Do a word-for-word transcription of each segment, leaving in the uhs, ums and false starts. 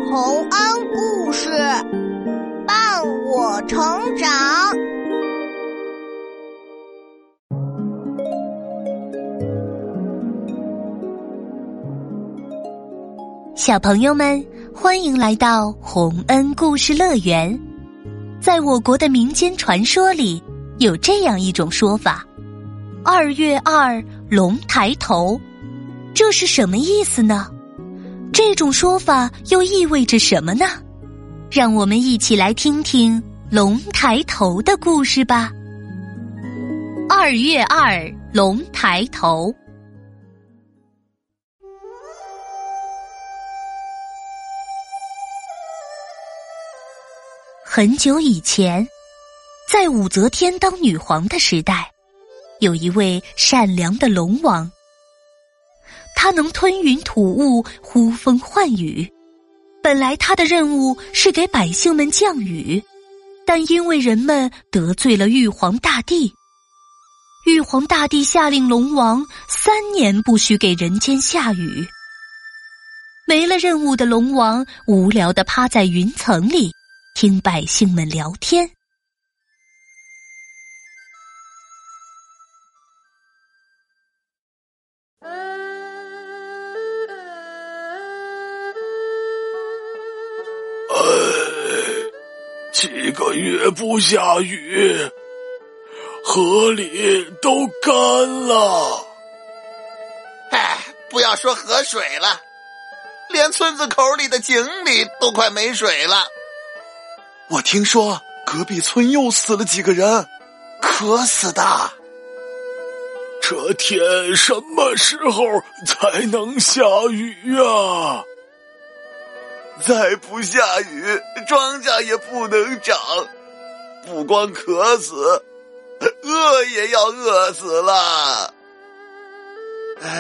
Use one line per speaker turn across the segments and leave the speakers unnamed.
洪恩故事伴我成长。
小朋友们，欢迎来到洪恩故事乐园。在我国的民间传说里，有这样一种说法：二月二，龙抬头。这是什么意思呢？这种说法又意味着什么呢？让我们一起来听听龙抬头的故事吧。二月二，龙抬头。很久以前，在武则天当女皇的时代，有一位善良的龙王。他能吞云吐雾，呼风唤雨。本来他的任务是给百姓们降雨，但因为人们得罪了玉皇大帝，玉皇大帝下令龙王三年不许给人间下雨。没了任务的龙王无聊地趴在云层里，听百姓们聊天。
几个月不下雨，河里都干了。
哎，不要说河水了，连村子口里的井里都快没水了。
我听说隔壁村又死了几个人，
渴死的。
这天什么时候才能下雨啊？
再不下雨，庄稼也不能长，不光渴死，饿也要饿死了。唉，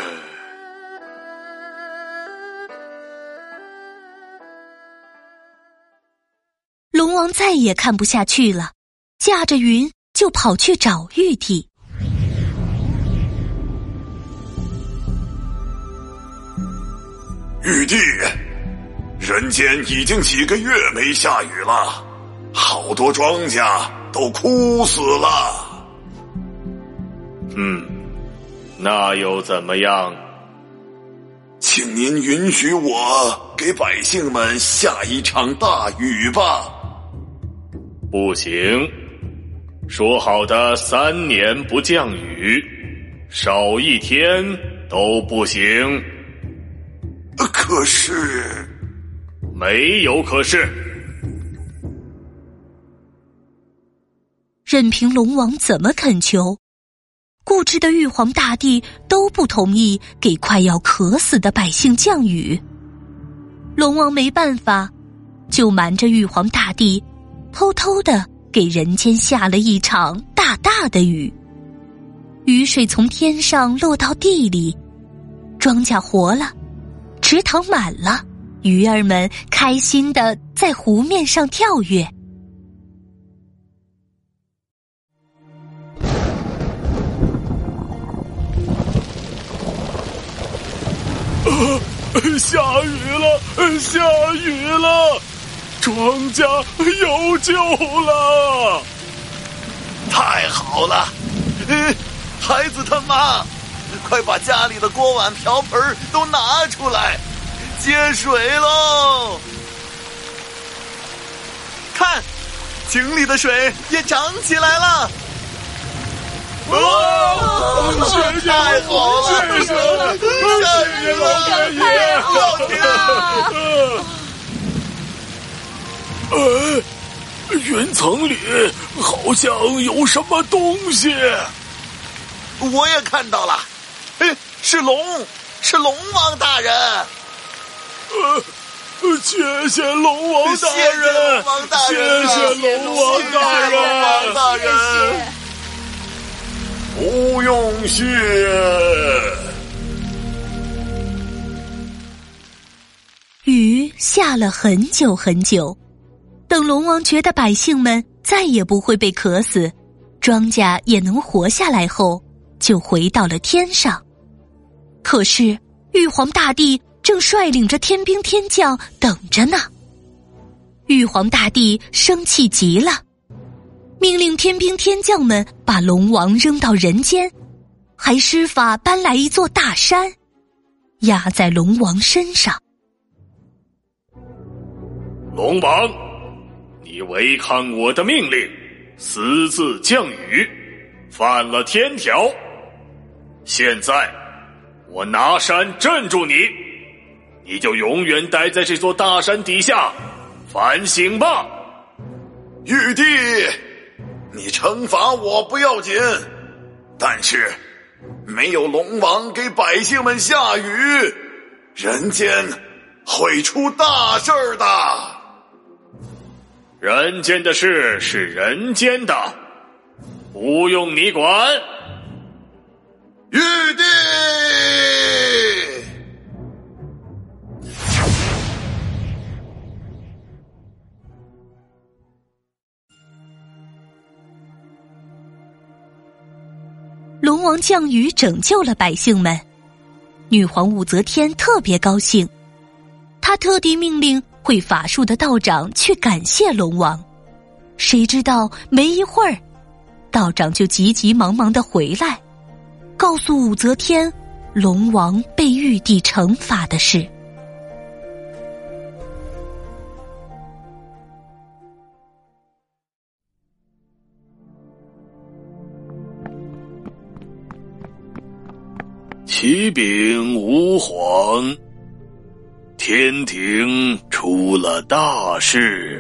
龙王再也看不下去了，驾着云就跑去找玉帝。
玉帝，人间已经几个月没下雨了，好多庄稼都枯死了。
嗯，那又怎么样？
请您允许我给百姓们下一场大雨吧。
不行，说好的三年不降雨，少一天都不行。
可是
没有可是。
任凭龙王怎么恳求，固执的玉皇大帝都不同意给快要渴死的百姓降雨。龙王没办法，就瞒着玉皇大帝，偷偷地给人间下了一场大大的雨。雨水从天上落到地里，庄稼活了，池塘满了，鱼儿们开心地在湖面上跳跃。
啊，下雨了，下雨了，庄稼有救了！
太好了！呃，孩子他妈，快把家里的锅碗瓢盆都拿出来，接水喽！看，井里的水也涨起来了。
哇！谢谢
太好了！
谢谢了，
下雨了，
太
老天啊！
呃，云层里好像有什么东西。
我也看到了，是龙，是龙王大人。
呃，谢谢龙王大人，
谢谢龙王大人，
谢谢龙王大人，
谢谢。
不用谢。
雨下了很久很久，等龙王觉得百姓们再也不会被渴死，庄稼也能活下来后，就回到了天上。可是玉皇大帝正率领着天兵天将等着呢。玉皇大帝生气极了，命令天兵天将们把龙王扔到人间，还施法搬来一座大山，压在龙王身上。
龙王，你违抗我的命令，私自降雨，犯了天条。现在我拿山镇住你，你就永远待在这座大山底下，反省吧。
玉帝，你惩罚我不要紧，但是没有龙王给百姓们下雨，人间会出大事儿的。
人间的事是人间的，不用你管。
玉帝！
龙王降雨拯救了百姓们，女皇武则天特别高兴，她特地命令会法术的道长去感谢龙王。谁知道没一会儿，道长就急急忙忙地回来，告诉武则天龙王被玉帝惩罚的事。
启禀吾皇，天庭出了大事。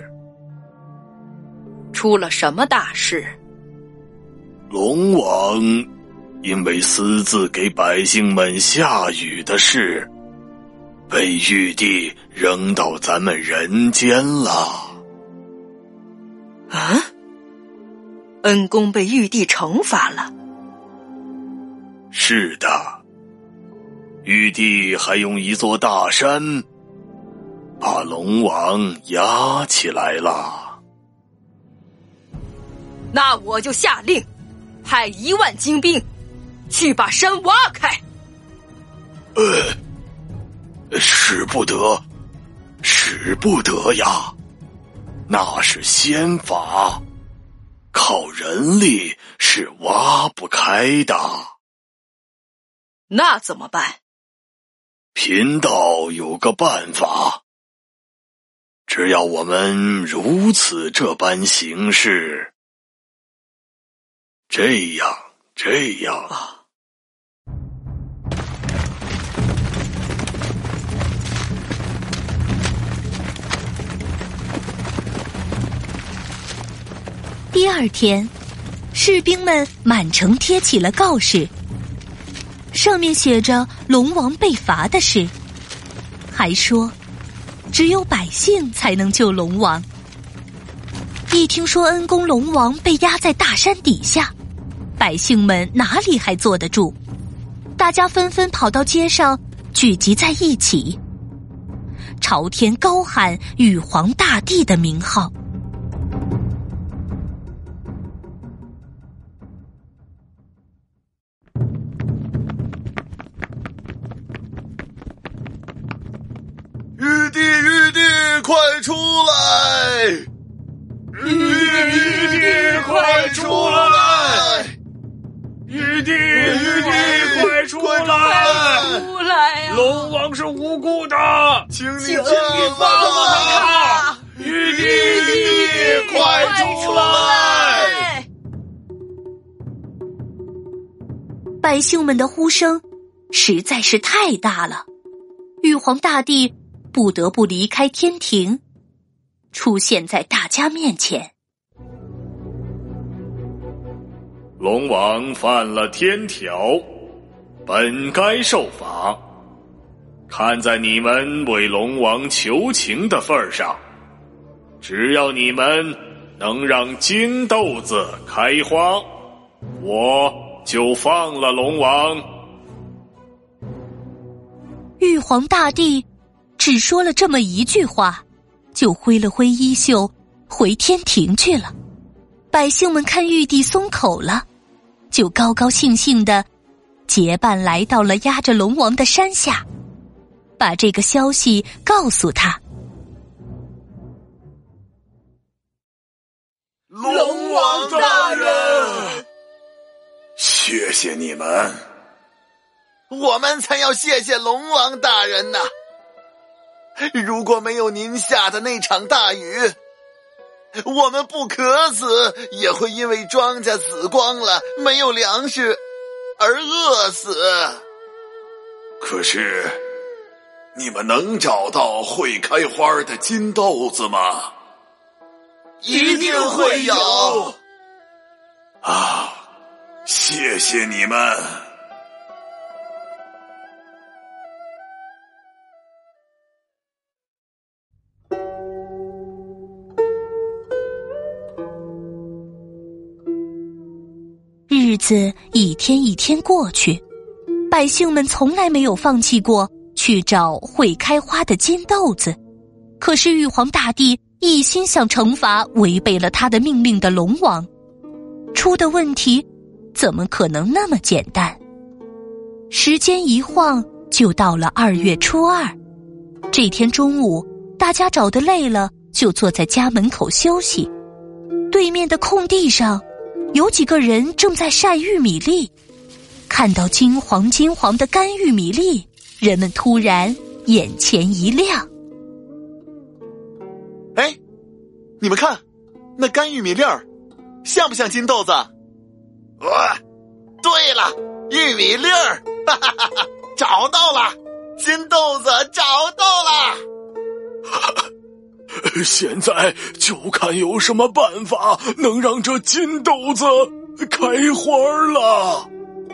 出了什么大事？
龙王因为私自给百姓们下雨的事，被玉帝扔到咱们人间了。
啊？恩公被玉帝惩罚了？
是的，玉帝还用一座大山把龙王压起来了。
那我就下令派一万精兵去把山挖开。
呃，使不得，使不得呀，那是仙法，靠人力是挖不开的。
那怎么办？
贫道有个办法，只要我们如此这般行事，这样这样啊。
第二天，士兵们满城贴起了告示，上面写着龙王被罚的事，还说只有百姓才能救龙王。一听说恩公龙王被压在大山底下，百姓们哪里还坐得住？大家纷纷跑到街上聚集在一起，朝天高喊玉皇大帝的名号。
玉帝，玉帝，快出来！玉帝，玉帝，快出来！
玉帝，玉帝，快出来！
出来呀！
龙王是无辜的，
请你
请
你
放了他！
玉帝，玉帝，快出来！
百姓们的呼声实在是太大了，玉皇大帝不得不离开天庭，出现在大家面前。
龙王犯了天条，本该受罚。看在你们为龙王求情的份上，只要你们能让金豆子开花，我就放了龙王。
玉皇大帝只说了这么一句话，就挥了挥衣袖回天庭去了。百姓们看玉帝松口了，就高高兴兴地结伴来到了压着龙王的山下。 把这个消息告诉他。
龙王大人，谢谢你们。
我们才要谢谢龙王大人呢。如果没有您下的那场大雨，我们不渴死，也会因为庄稼死光了，没有粮食而饿死。
可是，你们能找到会开花的金豆子吗？
一定会有。
啊，谢谢你们。
日子一天一天过去，百姓们从来没有放弃过去找会开花的金豆子。可是玉皇大帝一心想惩罚违背了他的命令的龙王，出的问题怎么可能那么简单？时间一晃就到了二月初二。这天中午，大家找得累了，就坐在家门口休息。对面的空地上有几个人正在晒玉米粒，看到金黄金黄的干玉米粒，人们突然眼前一亮。
哎，你们看，那干玉米粒儿，像不像金豆子？哇，对了，玉米粒儿，哈哈哈哈，找到了，金豆子找到了。
现在就看有什么办法能让这金豆子开花了。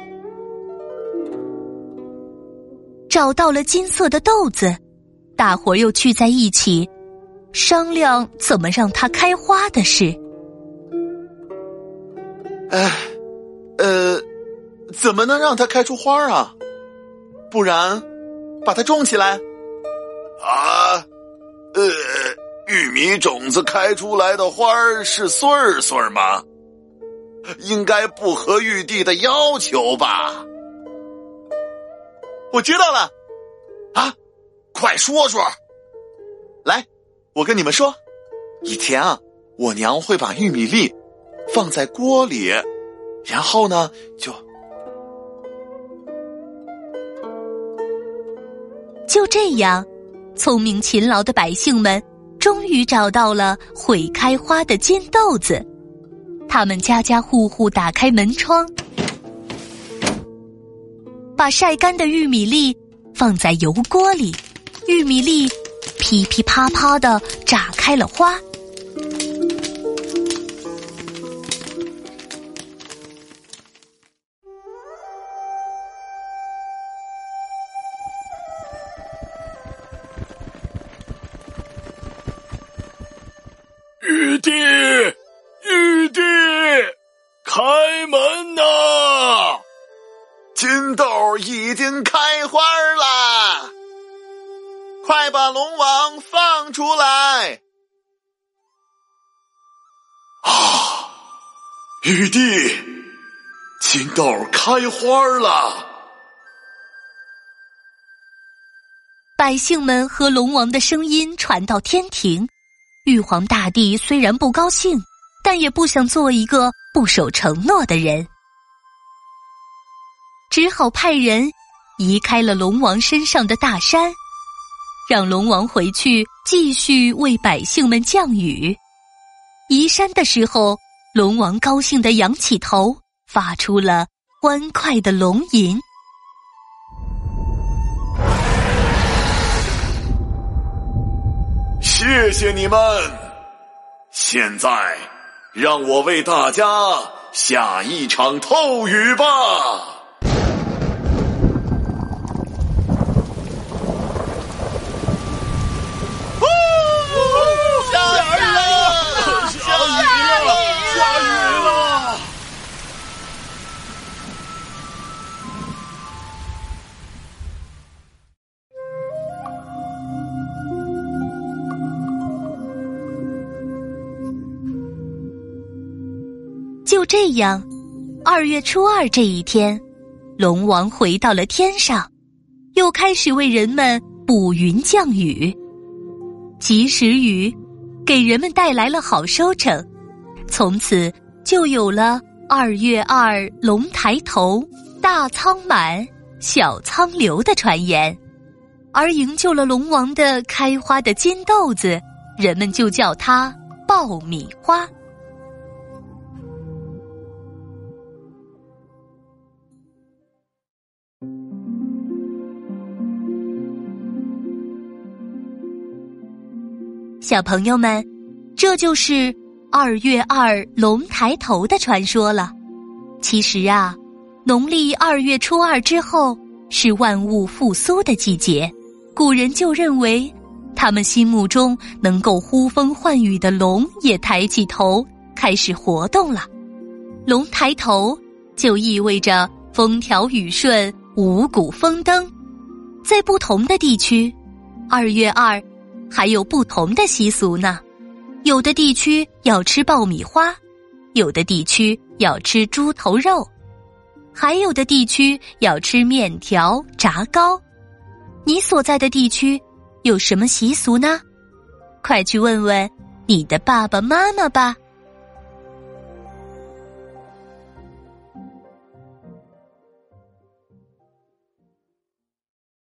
找到了金色的豆子，大伙儿又聚在一起，商量怎么让它开花的事。
哎，呃，怎么能让它开出花啊？不然，把它种起来。
啊，呃。玉米种子开出来的花儿是穗儿穗儿吗？
应该不合玉帝的要求吧？我知道了。啊，快说说。来，我跟你们说，以前啊，我娘会把玉米粒放在锅里，然后呢，就
就这样，聪明勤劳的百姓们终于找到了会开花的金豆子。他们家家户户打开门窗，把晒干的玉米粒放在油锅里，玉米粒噼噼啪啪地炸开了花。
玉帝，玉帝，开门呐！
金豆已经开花了，快把龙王放出来！
啊，玉帝，金豆开花了！
百姓们和龙王的声音传到天庭。玉皇大帝虽然不高兴，但也不想做一个不守承诺的人，只好派人移开了龙王身上的大山，让龙王回去继续为百姓们降雨。移山的时候，龙王高兴地仰起头，发出了欢快的龙吟。
谢谢你们！现在让我为大家下一场透雨吧！
下雨了！下雨了！下雨了！
就这样，二月初二这一天，龙王回到了天上，又开始为人们捕云降雨。及时雨给人们带来了好收成，从此就有了二月二龙抬头，大仓满，小仓流的传言。而营救了龙王的开花的金豆子，人们就叫它爆米花。小朋友们，这就是二月二龙抬头的传说了。其实啊，农历二月初二之后是万物复苏的季节，古人就认为他们心目中能够呼风唤雨的龙也抬起头开始活动了。龙抬头就意味着风调雨顺，五谷丰登。在不同的地区，二月二还有不同的习俗呢。有的地区要吃爆米花，有的地区要吃猪头肉，还有的地区要吃面条、炸糕。你所在的地区有什么习俗呢？快去问问你的爸爸妈妈吧。